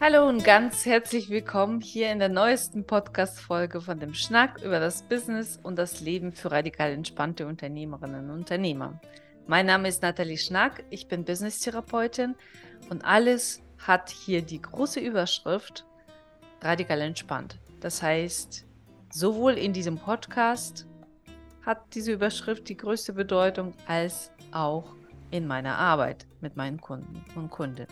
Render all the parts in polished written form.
Hallo und ganz herzlich willkommen hier in der neuesten Podcast-Folge von dem Schnack über das Business und das Leben für radikal entspannte Unternehmerinnen und Unternehmer. Mein Name ist Nathalie Schnack, ich bin Business-Therapeutin und alles hat hier die große Überschrift radikal entspannt. Das heißt, sowohl in diesem Podcast hat diese Überschrift die größte Bedeutung als auch in meiner Arbeit mit meinen Kunden und Kundinnen.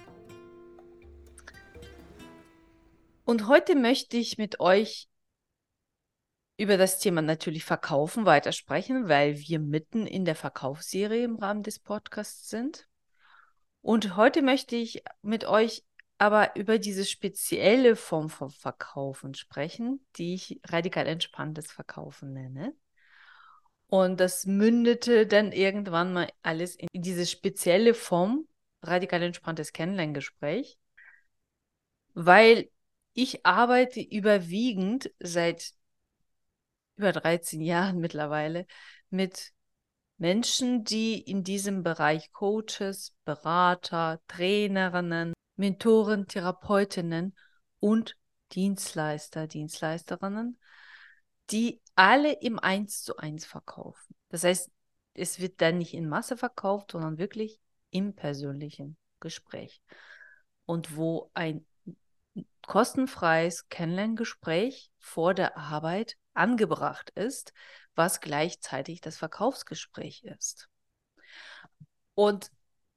Und heute möchte ich mit euch über das Thema natürlich Verkaufen weitersprechen, weil wir mitten in der Verkaufsserie im Rahmen des Podcasts sind. Und heute möchte ich mit euch aber über diese spezielle Form von Verkaufen sprechen, die ich radikal entspanntes Verkaufen nenne. Und das mündete dann irgendwann mal alles in diese spezielle Form, radikal entspanntes Kennenlerngespräch, weil ich arbeite überwiegend seit über 13 Jahren mittlerweile mit Menschen, die in diesem Bereich Coaches, Berater, Trainerinnen, Mentoren, Therapeutinnen und Dienstleister, Dienstleisterinnen, die alle im 1:1 verkaufen. Das heißt, es wird dann nicht in Masse verkauft, sondern wirklich im persönlichen Gespräch. Und wo ein kostenfreies Kennenlerngespräch vor der Arbeit angebracht ist, was gleichzeitig das Verkaufsgespräch ist. Und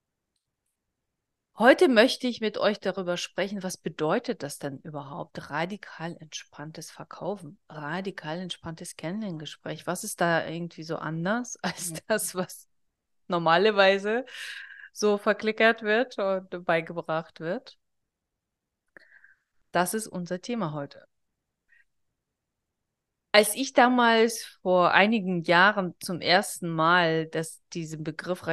heute möchte ich mit euch darüber sprechen, was bedeutet das denn überhaupt? Radikal entspanntes Verkaufen, radikal entspanntes Kennenlerngespräch. Was ist da irgendwie so anders als das, was normalerweise so verklickert wird und beigebracht wird? Das ist unser Thema heute. Als ich damals vor einigen Jahren zum ersten Mal diesen Begriff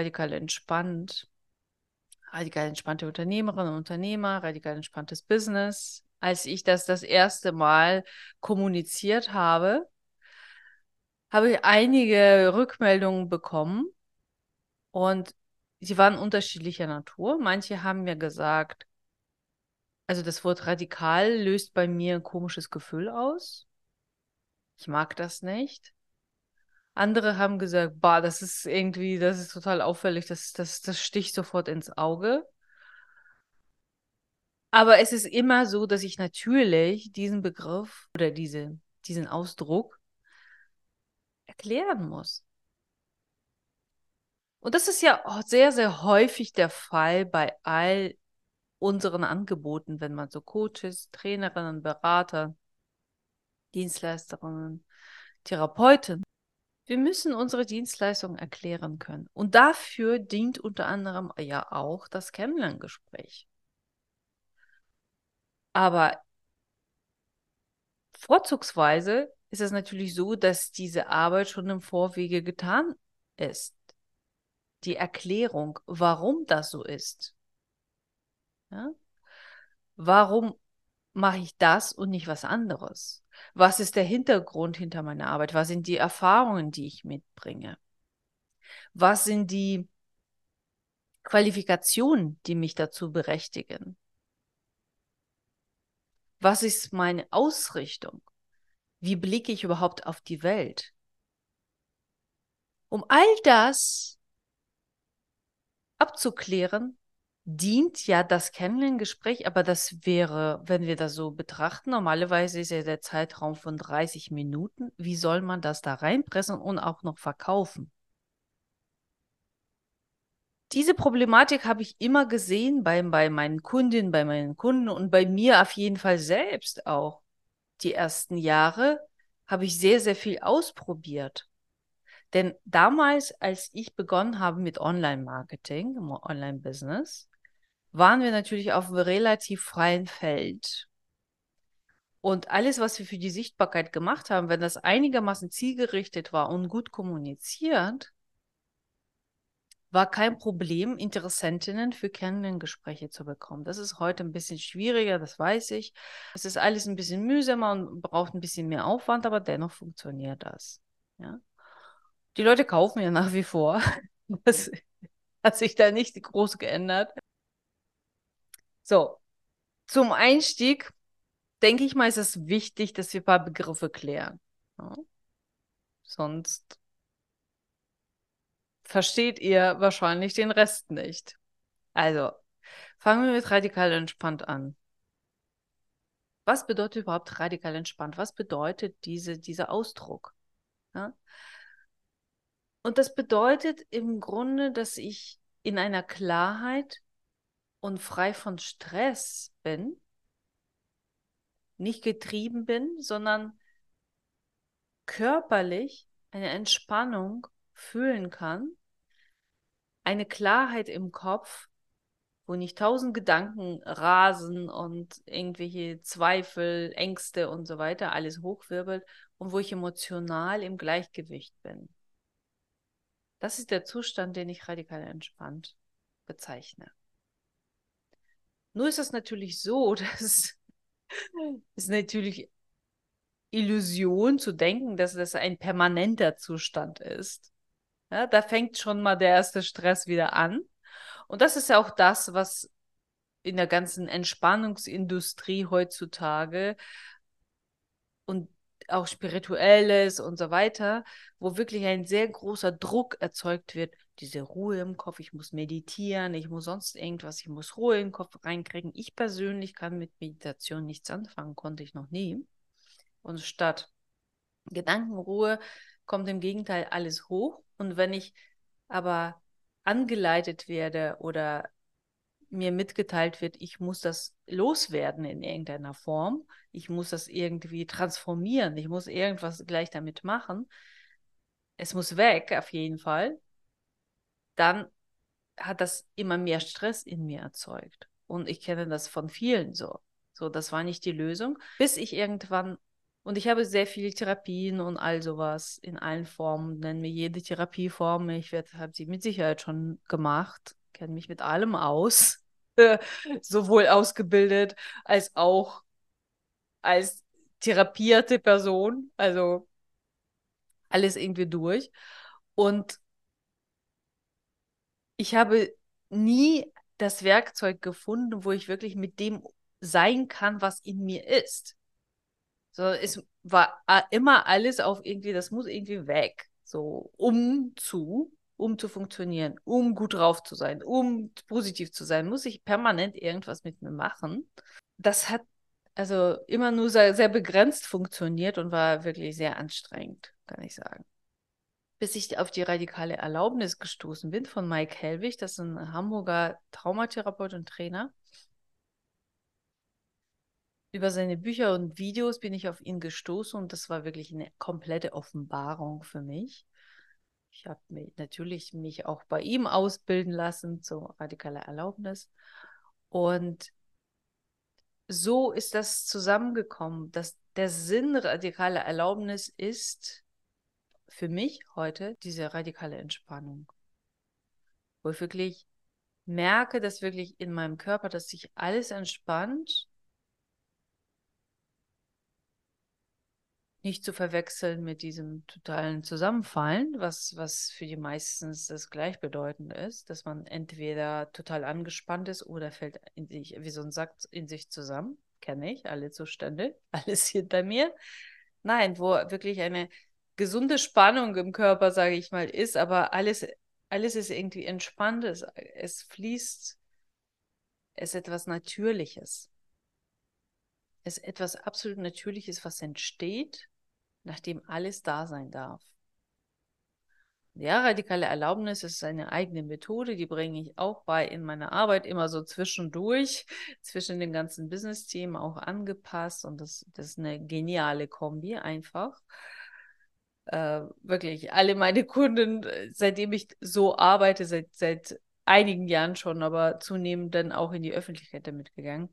radikal entspannte Unternehmerinnen und Unternehmer, radikal entspanntes Business, als ich das erste Mal kommuniziert habe, habe ich einige Rückmeldungen bekommen und sie waren unterschiedlicher Natur. Manche haben mir gesagt, also das Wort radikal löst bei mir ein komisches Gefühl aus. Ich mag das nicht. Andere haben gesagt, boah, das ist total auffällig, das sticht sofort ins Auge. Aber es ist immer so, dass ich natürlich diesen Begriff oder diesen Ausdruck erklären muss. Und das ist ja auch sehr, sehr häufig der Fall bei all unseren Angeboten, wenn man so Coaches, Trainerinnen, Berater, Dienstleisterinnen, Therapeuten. Wir müssen unsere Dienstleistung erklären können. Und dafür dient unter anderem ja auch das Kennenlerngespräch. Aber vorzugsweise ist es natürlich so, dass diese Arbeit schon im Vorwege getan ist. Die Erklärung, warum das so ist. Ja? Warum mache ich das und nicht was anderes? Was ist der Hintergrund hinter meiner Arbeit? Was sind die Erfahrungen, die ich mitbringe? Was sind die Qualifikationen, die mich dazu berechtigen? Was ist meine Ausrichtung? Wie blicke ich überhaupt auf die Welt? Um all das abzuklären, dient ja das Kennenlerngespräch, aber das wäre, wenn wir das so betrachten, normalerweise ist ja der Zeitraum von 30 Minuten. Wie soll man das da reinpressen und auch noch verkaufen? Diese Problematik habe ich immer gesehen bei meinen Kundinnen, bei meinen Kunden und bei mir auf jeden Fall selbst auch. Die ersten Jahre habe ich sehr, sehr viel ausprobiert. Denn damals, als ich begonnen habe mit Online-Marketing, Online-Business, waren wir natürlich auf einem relativ freien Feld. Und alles, was wir für die Sichtbarkeit gemacht haben, wenn das einigermaßen zielgerichtet war und gut kommuniziert, war kein Problem, Interessentinnen für Kennenlerngespräche zu bekommen. Das ist heute ein bisschen schwieriger, das weiß ich. Es ist alles ein bisschen mühsamer und braucht ein bisschen mehr Aufwand, aber dennoch funktioniert das. Ja? Die Leute kaufen ja nach wie vor. Das hat sich da nicht groß geändert. So, Zum Einstieg, denke ich mal, ist es wichtig, dass wir ein paar Begriffe klären. Ja? Sonst versteht ihr wahrscheinlich den Rest nicht. Also, fangen wir mit radikal entspannt an. Was bedeutet überhaupt radikal entspannt? Was bedeutet dieser Ausdruck? Ja? Und das bedeutet im Grunde, dass ich in einer Klarheit und frei von Stress bin, nicht getrieben bin, sondern körperlich eine Entspannung fühlen kann, eine Klarheit im Kopf, wo nicht tausend Gedanken rasen und irgendwelche Zweifel, Ängste und so weiter alles hochwirbelt und wo ich emotional im Gleichgewicht bin. Das ist der Zustand, den ich radikal entspannt bezeichne. Nur ist es natürlich so, dass es natürlich Illusion zu denken, dass das ein permanenter Zustand ist. Ja, da fängt schon mal der erste Stress wieder an. Und das ist ja auch das, was in der ganzen Entspannungsindustrie heutzutage und auch spirituelles und so weiter, wo wirklich ein sehr großer Druck erzeugt wird, diese Ruhe im Kopf, ich muss meditieren, ich muss sonst irgendwas, ich muss Ruhe im Kopf reinkriegen. Ich persönlich kann mit Meditation nichts anfangen, konnte ich noch nie. Und statt Gedankenruhe kommt im Gegenteil alles hoch. Und wenn ich aber angeleitet werde oder mir mitgeteilt wird, ich muss das loswerden in irgendeiner Form, ich muss das irgendwie transformieren, ich muss irgendwas gleich damit machen, es muss weg auf jeden Fall, dann hat das immer mehr Stress in mir erzeugt. Und ich kenne das von vielen so. So, das war nicht die Lösung, bis ich irgendwann, und ich habe sehr viele Therapien und all sowas in allen Formen, nennen mir jede Therapieform, ich habe sie mit Sicherheit schon gemacht, kenne mich mit allem aus, sowohl ausgebildet als auch als therapierte Person, also alles irgendwie durch. Und ich habe nie das Werkzeug gefunden, wo ich wirklich mit dem sein kann, was in mir ist. So, es war immer alles auf irgendwie, das muss irgendwie weg. So, um zu funktionieren, um gut drauf zu sein, um positiv zu sein, muss ich permanent irgendwas mit mir machen. Das hat also immer nur sehr, sehr begrenzt funktioniert und war wirklich sehr anstrengend, kann ich sagen. Bis ich auf die radikale Erlaubnis gestoßen bin von Mike Hellwig, das ist ein Hamburger Traumatherapeut und Trainer. Über seine Bücher und Videos bin ich auf ihn gestoßen und das war wirklich eine komplette Offenbarung für mich. Ich habe mich auch bei ihm ausbilden lassen zur radikaler Erlaubnis. Und so ist das zusammengekommen, dass der Sinn radikaler Erlaubnis ist für mich heute diese radikale Entspannung, wo ich wirklich merke, dass wirklich in meinem Körper, dass sich alles entspannt, nicht zu verwechseln mit diesem totalen Zusammenfallen, was für die meistens das gleichbedeutend ist, dass man entweder total angespannt ist oder fällt in sich, wie so ein Sack in sich zusammen. Kenne ich, alle Zustände, alles hinter mir. Nein, wo wirklich eine gesunde Spannung im Körper, sage ich mal, ist, aber alles ist irgendwie entspannt, es fließt, es ist etwas Natürliches. Es ist etwas absolut Natürliches, was entsteht, nachdem alles da sein darf. Ja, radikale Erlaubnis ist eine eigene Methode, die bringe ich auch bei in meiner Arbeit immer so zwischendurch, zwischen den ganzen Business-Themen auch angepasst und das ist eine geniale Kombi einfach. Wirklich, alle meine Kunden, seitdem ich so arbeite, seit einigen Jahren schon, aber zunehmend dann auch in die Öffentlichkeit damit gegangen,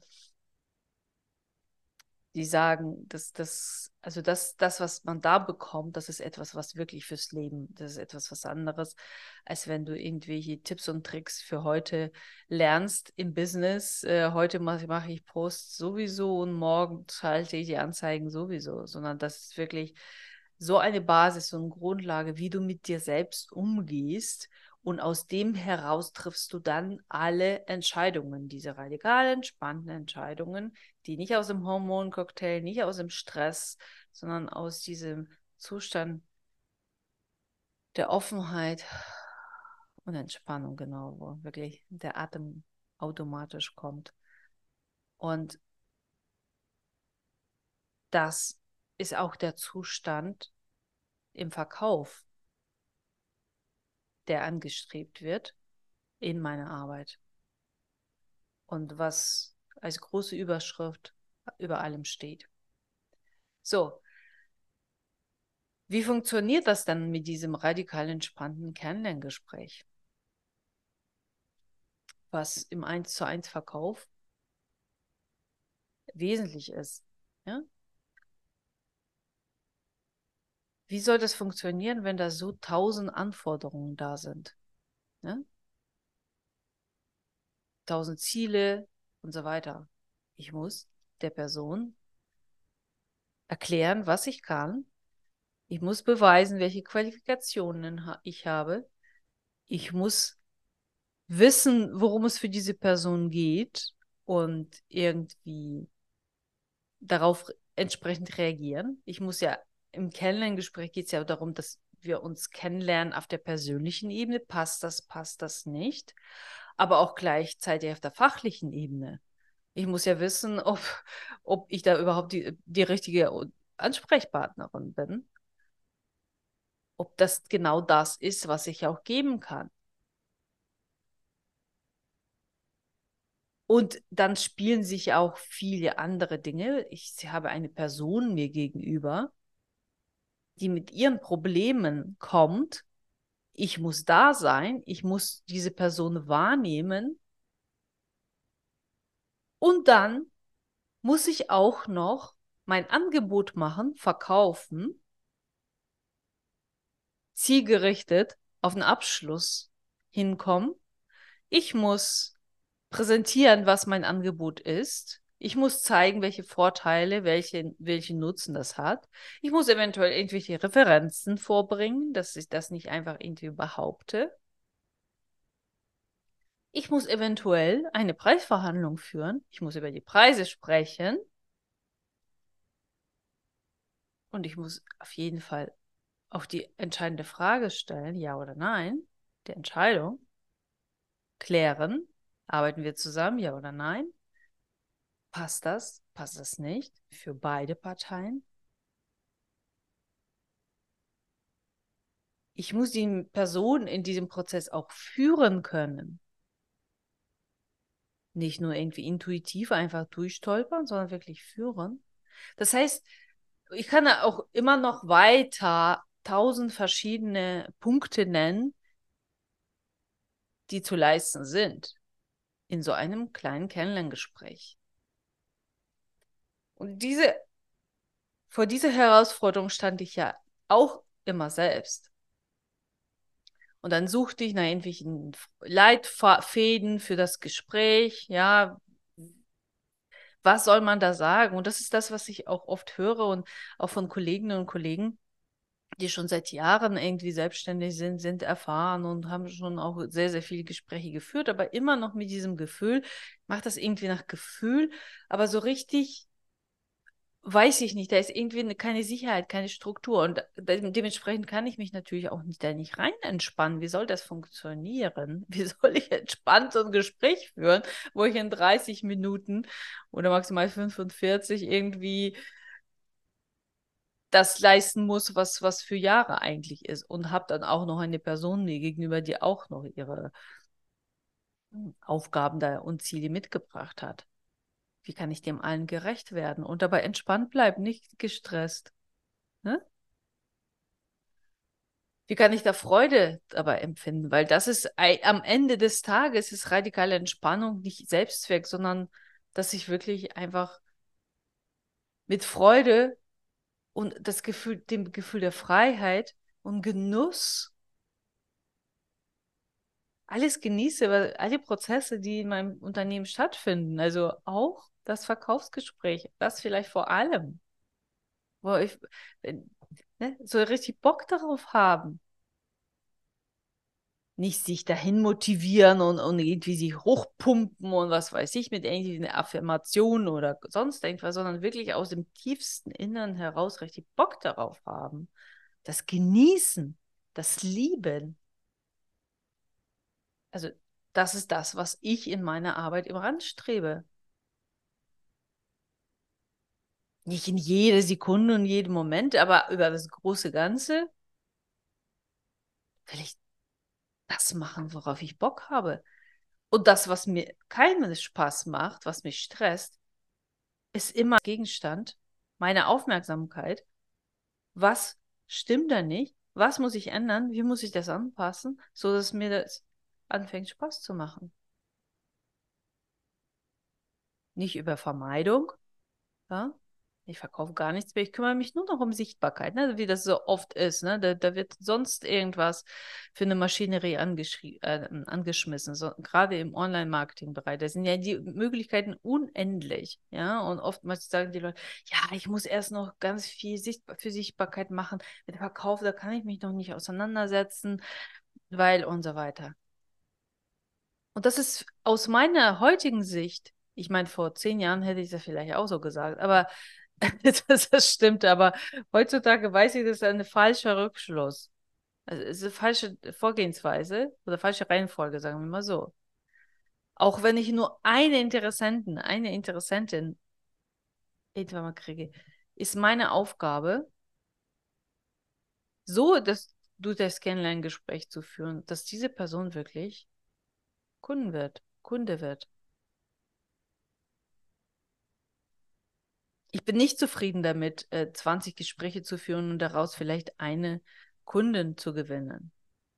die sagen, das, was man da bekommt, das ist etwas, was wirklich fürs Leben, das ist etwas was anderes, als wenn du irgendwelche Tipps und Tricks für heute lernst im Business. Heute mache ich Posts sowieso und morgen schalte ich die Anzeigen sowieso, sondern das ist wirklich so eine Basis, so eine Grundlage, wie du mit dir selbst umgehst Und aus dem heraus triffst du dann alle Entscheidungen, diese radikal entspannten Entscheidungen, die nicht aus dem Hormoncocktail, nicht aus dem Stress, sondern aus diesem Zustand der Offenheit und Entspannung, genau, wo wirklich der Atem automatisch kommt. Und das ist auch der Zustand im Verkauf, der angestrebt wird in meiner Arbeit. Und was als große Überschrift über allem steht. So, wie funktioniert das dann mit diesem radikal entspannten Kennenlerngespräch, was im 1:1 Verkauf wesentlich ist? Ja? Wie soll das funktionieren, wenn da so 1000 Anforderungen da sind? Ja? 1000 Ziele und so weiter. Ich muss der Person erklären, was ich kann. Ich muss beweisen, welche Qualifikationen ich habe. Ich muss wissen, worum es für diese Person geht und irgendwie darauf entsprechend reagieren. Ich muss ja im Kennenlerngespräch geht es ja darum, dass wir uns kennenlernen auf der persönlichen Ebene. Passt das nicht? Aber auch gleichzeitig auf der fachlichen Ebene. Ich muss ja wissen, ob ich da überhaupt die richtige Ansprechpartnerin bin. Ob das genau das ist, was ich auch geben kann. Und dann spielen sich auch viele andere Dinge. Ich habe eine Person mir gegenüber, die mit ihren Problemen kommt. Ich muss da sein, ich muss diese Person wahrnehmen und dann muss ich auch noch mein Angebot machen, verkaufen, zielgerichtet auf den Abschluss hinkommen. Ich muss präsentieren, was mein Angebot ist. Ich muss zeigen, welche Vorteile, welchen Nutzen das hat. Ich muss eventuell irgendwelche Referenzen vorbringen, dass ich das nicht einfach irgendwie behaupte. Ich muss eventuell eine Preisverhandlung führen. Ich muss über die Preise sprechen. Und ich muss auf jeden Fall auf die entscheidende Frage stellen, ja oder nein, der Entscheidung klären. Arbeiten wir zusammen, ja oder nein? Passt das? Passt das nicht? Für beide Parteien? Ich muss die Person in diesem Prozess auch führen können. Nicht nur irgendwie intuitiv einfach durchstolpern, sondern wirklich führen. Das heißt, ich kann da auch immer noch weiter 1000 verschiedene Punkte nennen, die zu leisten sind in so einem kleinen Kennenlerngespräch. Und vor dieser Herausforderung stand ich ja auch immer selbst. Und dann suchte ich nach irgendwelchen Leitfäden für das Gespräch, ja, was soll man da sagen? Und das ist das, was ich auch oft höre und auch von Kolleginnen und Kollegen, die schon seit Jahren irgendwie selbstständig sind erfahren und haben schon auch sehr, sehr viele Gespräche geführt, aber immer noch mit diesem Gefühl, macht das irgendwie nach Gefühl, aber so richtig weiß ich nicht, da ist irgendwie keine Sicherheit, keine Struktur und dementsprechend kann ich mich natürlich auch nicht da nicht rein entspannen. Wie soll das funktionieren? Wie soll ich entspannt so ein Gespräch führen, wo ich in 30 Minuten oder maximal 45 irgendwie das leisten muss, was für Jahre eigentlich ist und habe dann auch noch eine Person mir gegenüber, die auch noch ihre Aufgaben da und Ziele mitgebracht hat. Wie kann ich dem allen gerecht werden und dabei entspannt bleiben, nicht gestresst? Ne? Wie kann ich da Freude dabei empfinden? Weil das ist am Ende des Tages ist radikale Entspannung nicht Selbstzweck, sondern dass ich wirklich einfach mit Freude und dem Gefühl der Freiheit und Genuss alles genieße, weil alle Prozesse, die in meinem Unternehmen stattfinden, also auch das Verkaufsgespräch, das vielleicht vor allem, wo ich ne, so richtig Bock darauf haben. nicht sich dahin motivieren und irgendwie sich hochpumpen und was weiß ich mit irgendwie einer Affirmation oder sonst irgendwas, sondern wirklich aus dem tiefsten Innern heraus richtig Bock darauf haben. Das Genießen, das Lieben. Also das ist das, was ich in meiner Arbeit immer anstrebe. Nicht in jede Sekunde und jedem Moment, aber über das große Ganze will ich das machen, worauf ich Bock habe. Und das, was mir keinen Spaß macht, was mich stresst, ist immer Gegenstand, meine Aufmerksamkeit. Was stimmt da nicht? Was muss ich ändern? Wie muss ich das anpassen, so dass mir das anfängt Spaß zu machen? Nicht über Vermeidung, ja? Ich verkaufe gar nichts mehr. Ich kümmere mich nur noch um Sichtbarkeit, ne? Wie das so oft ist. Ne? Da wird sonst irgendwas für eine Maschinerie angeschmissen. So, gerade im Online-Marketing-Bereich. Da sind ja die Möglichkeiten unendlich. Ja? Und oftmals sagen die Leute, ja, ich muss erst noch ganz viel für Sichtbarkeit machen. Mit dem Verkauf, da kann ich mich noch nicht auseinandersetzen, weil und so weiter. Und das ist aus meiner heutigen Sicht, ich meine, vor 10 Jahren hätte ich das vielleicht auch so gesagt, aber das stimmt, aber heutzutage weiß ich, das ist ein falscher Rückschluss. Also es ist eine falsche Vorgehensweise oder falsche Reihenfolge, sagen wir mal so. Auch wenn ich nur eine Interessenten, eine Interessentin irgendwann mal kriege, ist meine Aufgabe, so dass du das Kennenlerngespräch zu führen, dass diese Person wirklich Kunde wird. Ich bin nicht zufrieden damit, 20 Gespräche zu führen und daraus vielleicht eine Kundin zu gewinnen.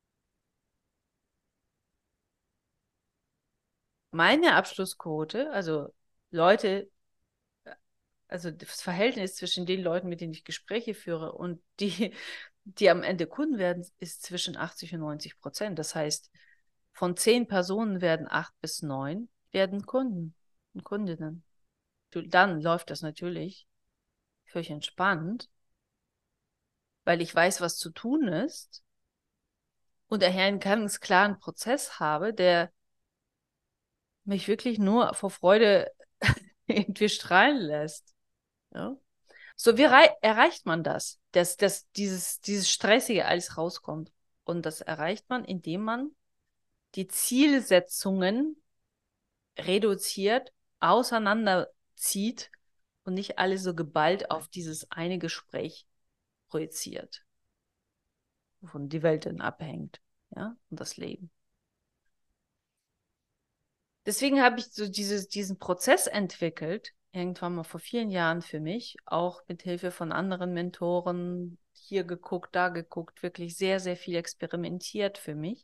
Meine Abschlussquote, also Leute, also das Verhältnis zwischen den Leuten, mit denen ich Gespräche führe und die am Ende Kunden werden, ist zwischen 80 und 90%. Das heißt, von 10 Personen werden 8 bis 9 werden Kunden und Kundinnen. Dann läuft das natürlich völlig entspannt, weil ich weiß, was zu tun ist und daher einen ganz klaren Prozess habe, der mich wirklich nur vor Freude irgendwie strahlen lässt. Ja? So, wie erreicht man das? Dass dieses Stressige alles rauskommt. Und das erreicht man, indem man die Zielsetzungen reduziert, auseinanderzieht und nicht alles so geballt auf dieses eine Gespräch projiziert, wovon die Welt dann abhängt. Ja, und das Leben. Deswegen habe ich so diesen Prozess entwickelt, irgendwann mal vor vielen Jahren für mich, auch mit Hilfe von anderen Mentoren, hier geguckt, da geguckt, wirklich sehr, sehr viel experimentiert für mich.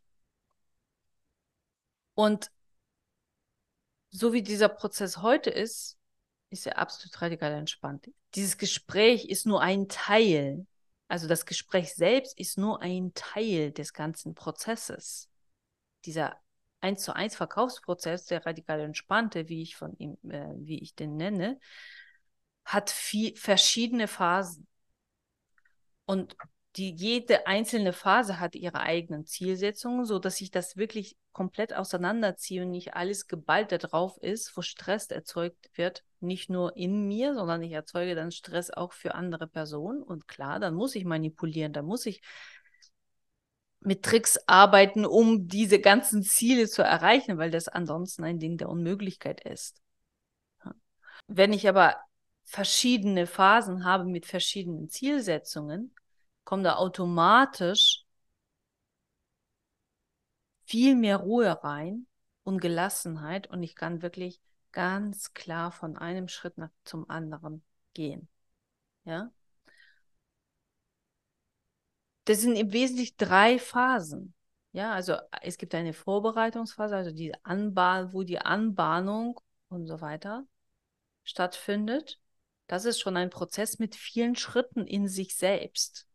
Und so wie dieser Prozess heute ist er absolut radikal entspannt. Dieses Gespräch ist nur ein Teil. Also das Gespräch selbst ist nur ein Teil des ganzen Prozesses. Dieser 1:1 Verkaufsprozess, der radikal entspannte, wie ich den nenne, hat verschiedene Phasen. Und jede einzelne Phase hat ihre eigenen Zielsetzungen, sodass ich das wirklich komplett auseinanderziehe und nicht alles geballt da drauf ist, wo Stress erzeugt wird, nicht nur in mir, sondern ich erzeuge dann Stress auch für andere Personen. Und klar, dann muss ich manipulieren, dann muss ich mit Tricks arbeiten, um diese ganzen Ziele zu erreichen, weil das ansonsten ein Ding der Unmöglichkeit ist. Wenn ich aber verschiedene Phasen habe mit verschiedenen Zielsetzungen, kommt da automatisch viel mehr Ruhe rein und Gelassenheit und ich kann wirklich ganz klar von einem Schritt zum anderen gehen. Ja? Das sind im Wesentlichen 3 Phasen. Ja, also es gibt eine Vorbereitungsphase, also wo die Anbahnung und so weiter stattfindet. Das ist schon ein Prozess mit vielen Schritten in sich selbst.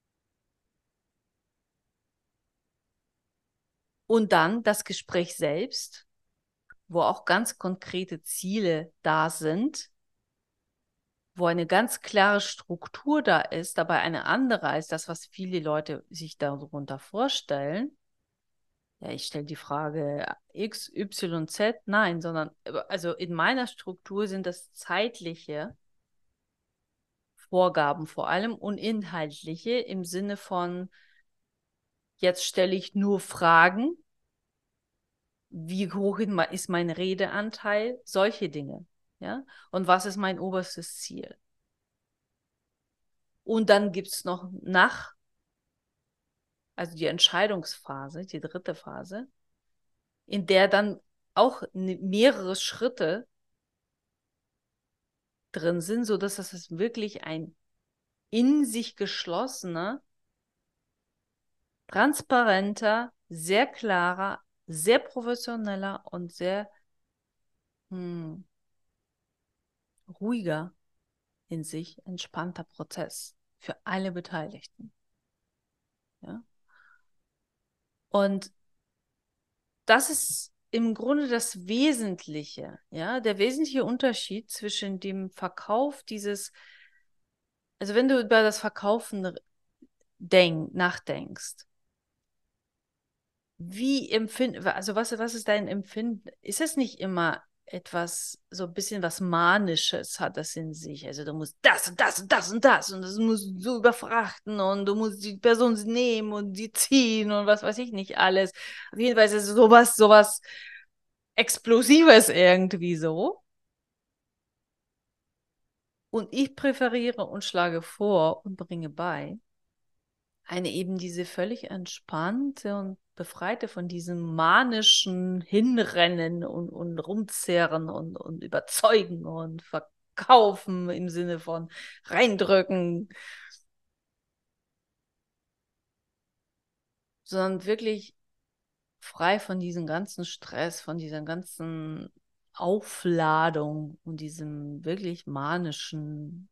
Und dann das Gespräch selbst, wo auch ganz konkrete Ziele da sind, wo eine ganz klare Struktur da ist, aber eine andere als das, was viele Leute sich darunter vorstellen. ja, ich stelle die Frage X, Y, Z, nein, sondern also in meiner Struktur sind das zeitliche Vorgaben vor allem und inhaltliche im Sinne von, jetzt stelle ich nur Fragen, wie hoch ist mein Redeanteil, solche Dinge. Ja? Und was ist mein oberstes Ziel? Und dann gibt es noch also die Entscheidungsphase, die dritte Phase, in der dann auch mehrere Schritte drin sind, sodass das wirklich ein in sich geschlossener, transparenter, sehr klarer, sehr professioneller und sehr hm, ruhiger in sich entspannter Prozess für alle Beteiligten. Ja? Und das ist im Grunde das Wesentliche, ja, der wesentliche Unterschied zwischen dem Verkauf also wenn du über das Verkaufen nachdenkst, also was ist dein Empfinden? Ist es nicht immer etwas, so ein bisschen was Manisches hat das in sich? Also du musst das und das und das und das und das musst du so überfrachten und du musst die Person nehmen und die ziehen und was weiß ich nicht alles. Auf jeden Fall ist es sowas Explosives irgendwie so. Und ich präferiere und schlage vor und bringe bei, eben diese völlig entspannte und befreite von diesem manischen Hinrennen und Rumzehren und Überzeugen und Verkaufen im Sinne von reindrücken, sondern wirklich frei von diesem ganzen Stress, von dieser ganzen Aufladung und diesem wirklich manischen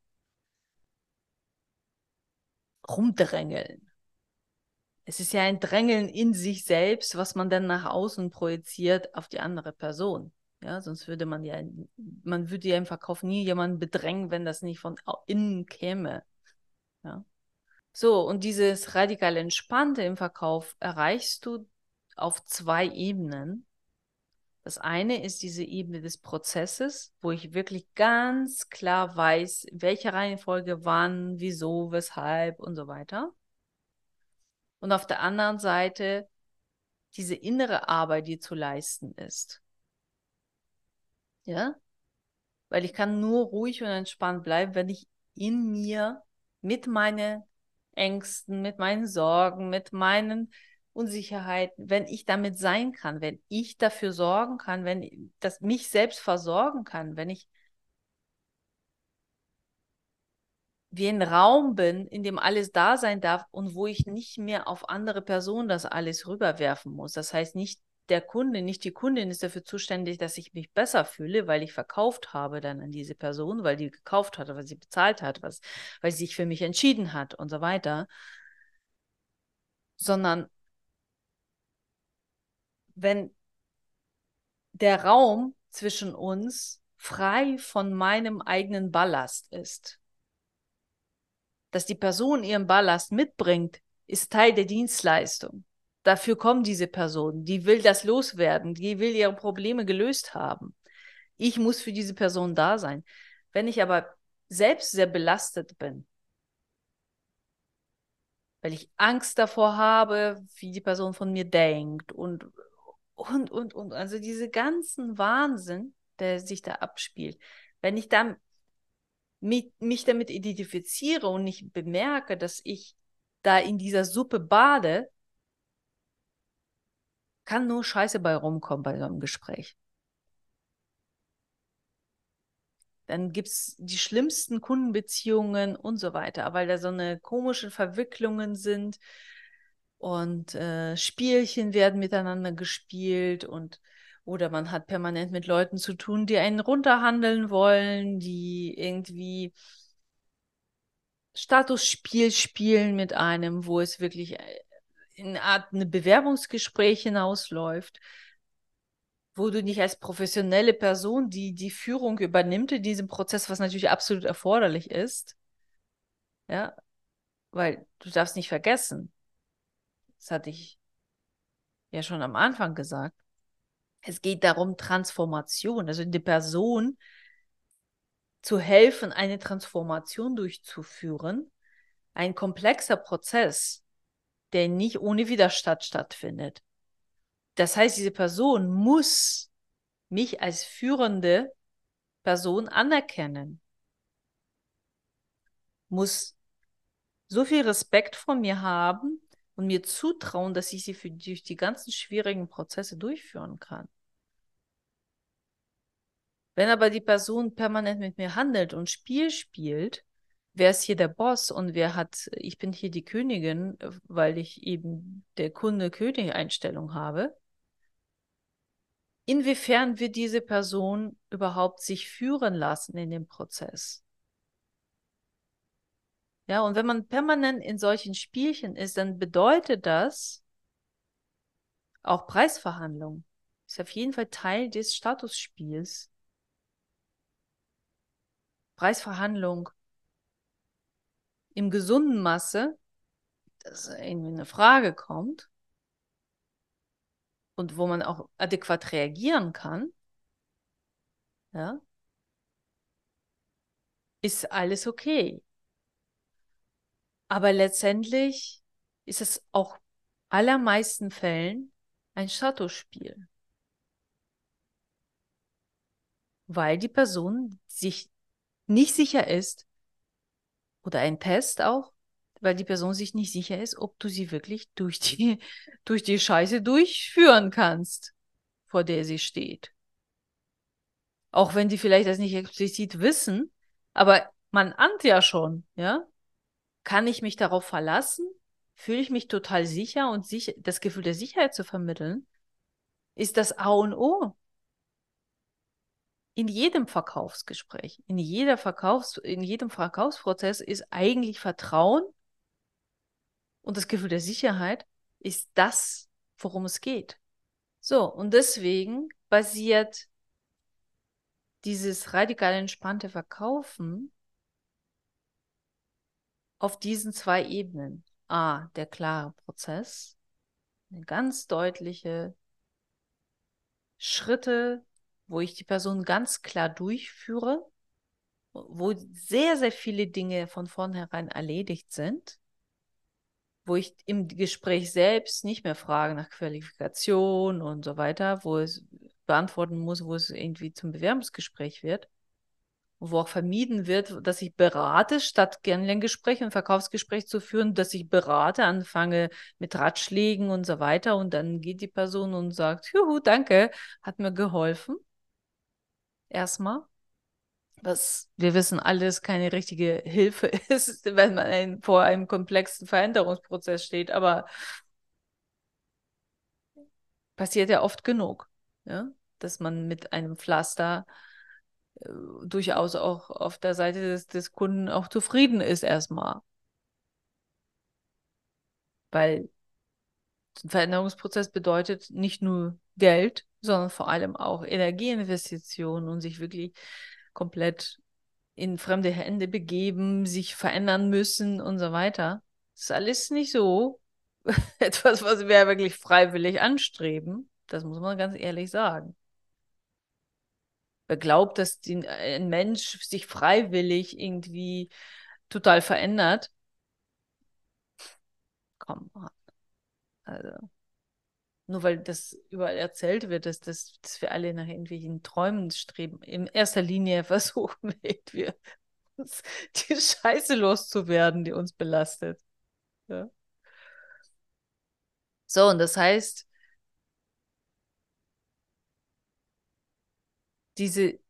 Rumdrängeln. Es ist ja ein Drängeln in sich selbst, was man dann nach außen projiziert auf die andere Person. Ja, sonst man würde ja im Verkauf nie jemanden bedrängen, wenn das nicht von innen käme. Ja. So, und dieses radikal Entspannte im Verkauf erreichst du auf zwei Ebenen. Das eine ist diese Ebene des Prozesses, wo ich wirklich ganz klar weiß, welche Reihenfolge wann, wieso, weshalb und so weiter. Und auf der anderen Seite diese innere Arbeit, die zu leisten ist. Ja? Weil ich kann nur ruhig und entspannt bleiben, wenn ich in mir mit meinen Ängsten, mit meinen Sorgen, mit meinen Unsicherheiten, wenn ich damit sein kann, wenn ich dafür sorgen kann, wenn ich das mich selbst versorgen kann, wenn ich wie ein Raum bin, in dem alles da sein darf und wo ich nicht mehr auf andere Personen das alles rüberwerfen muss. Das heißt, nicht der Kunde, nicht die Kundin ist dafür zuständig, dass ich mich besser fühle, weil ich verkauft habe dann an diese Person, weil die gekauft hat, weil sie bezahlt hat, weil sie sich für mich entschieden hat und so weiter, sondern wenn der Raum zwischen uns frei von meinem eigenen Ballast ist, dass die Person ihren Ballast mitbringt, ist Teil der Dienstleistung. Dafür kommt diese Person, die will das loswerden, die will ihre Probleme gelöst haben. Ich muss für diese Person da sein. Wenn ich aber selbst sehr belastet bin, weil ich Angst davor habe, wie die Person von mir denkt und. Also diese ganzen Wahnsinn, der sich da abspielt. Wenn ich dann mich damit identifiziere und nicht bemerke, dass ich da in dieser Suppe bade, kann nur Scheiße bei rumkommen bei so einem Gespräch. Dann gibt es die schlimmsten Kundenbeziehungen und so weiter, weil da so eine komischen Verwicklungen sind und Spielchen werden miteinander gespielt oder man hat permanent mit Leuten zu tun, die einen runterhandeln wollen, die irgendwie Statusspiel spielen mit einem, wo es wirklich in eine Art eine Bewerbungsgespräch hinausläuft, wo du nicht als professionelle Person, die die Führung übernimmt in diesem Prozess, was natürlich absolut erforderlich ist, ja, weil du darfst nicht vergessen, das hatte ich ja schon am Anfang gesagt. Es geht darum, Transformation, also die Person zu helfen, eine Transformation durchzuführen. Ein komplexer Prozess, der nicht ohne Widerstand stattfindet. Das heißt, diese Person muss mich als führende Person anerkennen, muss so viel Respekt vor mir haben und mir zutrauen, dass ich sie durch die ganzen schwierigen Prozesse durchführen kann. Wenn aber die Person permanent mit mir handelt und Spiel spielt, wer ist hier der Boss und ich bin hier die Königin, weil ich eben der Kunde-König-Einstellung habe, inwiefern wird diese Person überhaupt sich führen lassen in dem Prozess? Ja, und wenn man permanent in solchen Spielchen ist, dann bedeutet das auch Preisverhandlung. Ist auf jeden Fall Teil des Statusspiels. Preisverhandlung im gesunden Masse, dass irgendwie eine Frage kommt und wo man auch adäquat reagieren kann, ja, ist alles okay. Aber letztendlich ist es auch allermeisten Fällen ein Statusspiel, weil die Person sich nicht sicher ist, oder ein Test auch, weil die Person sich nicht sicher ist, ob du sie wirklich durch die Scheiße durchführen kannst, vor der sie steht. Auch wenn die vielleicht das nicht explizit wissen, aber man ahnt ja schon, ja? Kann ich mich darauf verlassen? Fühle ich mich total sicher und das Gefühl der Sicherheit zu vermitteln, ist das A und O in jedem Verkaufsgespräch, in jedem Verkaufsprozess ist eigentlich Vertrauen und das Gefühl der Sicherheit ist das, worum es geht. So, und deswegen basiert dieses radikal entspannte Verkaufen auf diesen zwei Ebenen. A, der klare Prozess, eine ganz deutliche Schritte, wo ich die Person ganz klar durchführe, wo sehr, sehr viele Dinge von vornherein erledigt sind, wo ich im Gespräch selbst nicht mehr frage nach Qualifikation und so weiter, wo es beantworten muss, wo es irgendwie zum Bewerbungsgespräch wird, wo auch vermieden wird, dass ich berate, statt Kennenlerngespräch und Verkaufsgespräch zu führen, dass ich berate, anfange mit Ratschlägen und so weiter und dann geht die Person und sagt, juhu, danke, hat mir geholfen. Erstmal. Was wir wissen alles keine richtige Hilfe ist, wenn man vor einem komplexen Veränderungsprozess steht, aber passiert ja oft genug, ja? Dass man mit einem Pflaster durchaus auch auf der Seite des Kunden auch zufrieden ist erstmal. Weil ein Veränderungsprozess bedeutet nicht nur Geld, sondern vor allem auch Energieinvestitionen und sich wirklich komplett in fremde Hände begeben, sich verändern müssen und so weiter. Das ist alles nicht so etwas, was wir wirklich freiwillig anstreben. Das muss man ganz ehrlich sagen. Wer glaubt, dass ein Mensch sich freiwillig irgendwie total verändert, komm mal. Also, nur weil das überall erzählt wird, dass wir alle nach irgendwelchen Träumen streben. In erster Linie versuchen wir irgendwie uns die Scheiße loszuwerden, die uns belastet. Ja. So, und das heißt, diese,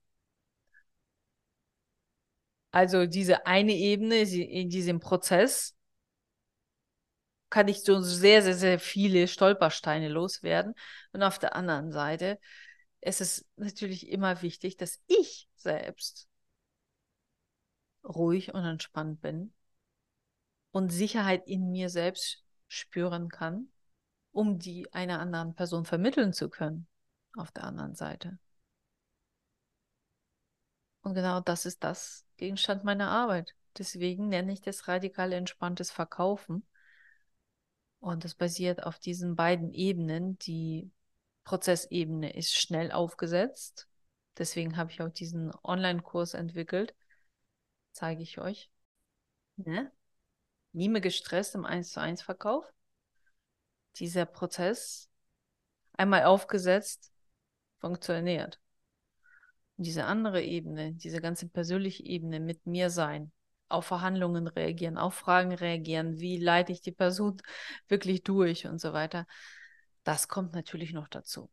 also diese eine Ebene, in diesem Prozess, kann ich so sehr, sehr, sehr viele Stolpersteine loswerden. Und auf der anderen Seite ist es natürlich immer wichtig, dass ich selbst ruhig und entspannt bin und Sicherheit in mir selbst spüren kann, um die einer anderen Person vermitteln zu können. Auf der anderen Seite. Und genau das ist das Gegenstand meiner Arbeit. Deswegen nenne ich das radikal entspanntes Verkaufen. Und das basiert auf diesen beiden Ebenen. Die Prozessebene ist schnell aufgesetzt. Deswegen habe ich auch diesen Online-Kurs entwickelt. Zeige ich euch. Ne? Nie mehr gestresst im 1:1 Verkauf. Dieser Prozess, einmal aufgesetzt, funktioniert. Und diese andere Ebene, diese ganze persönliche Ebene mit mir sein, auf Verhandlungen reagieren, auf Fragen reagieren, wie leite ich die Person wirklich durch und so weiter, das kommt natürlich noch dazu.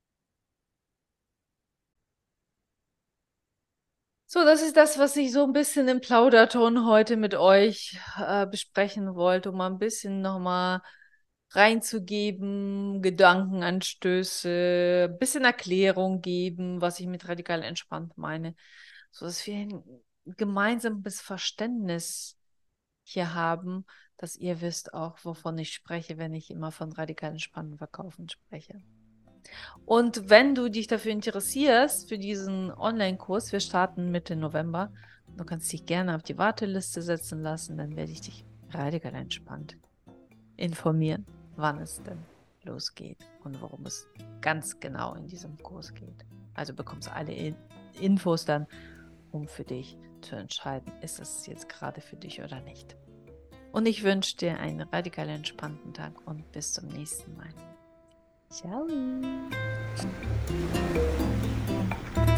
So, das ist das, was ich so ein bisschen im Plauderton heute mit euch besprechen wollte, um mal ein bisschen nochmal reinzugeben, Gedankenanstöße, ein bisschen Erklärung geben, was ich mit radikal entspannt meine, so dass wir ein gemeinsames Verständnis hier haben, dass ihr wisst auch, wovon ich spreche, wenn ich immer von radikal entspannten Verkaufen spreche. Und wenn du dich dafür interessierst, für diesen Online-Kurs, wir starten Mitte November, du kannst dich gerne auf die Warteliste setzen lassen, dann werde ich dich radikal entspannt informieren, wann es denn losgeht und worum es ganz genau in diesem Kurs geht. Also bekommst du alle Infos dann, um für dich zu entscheiden, ist es jetzt gerade für dich oder nicht. Und ich wünsche dir einen radikal entspannten Tag und bis zum nächsten Mal. Ciao.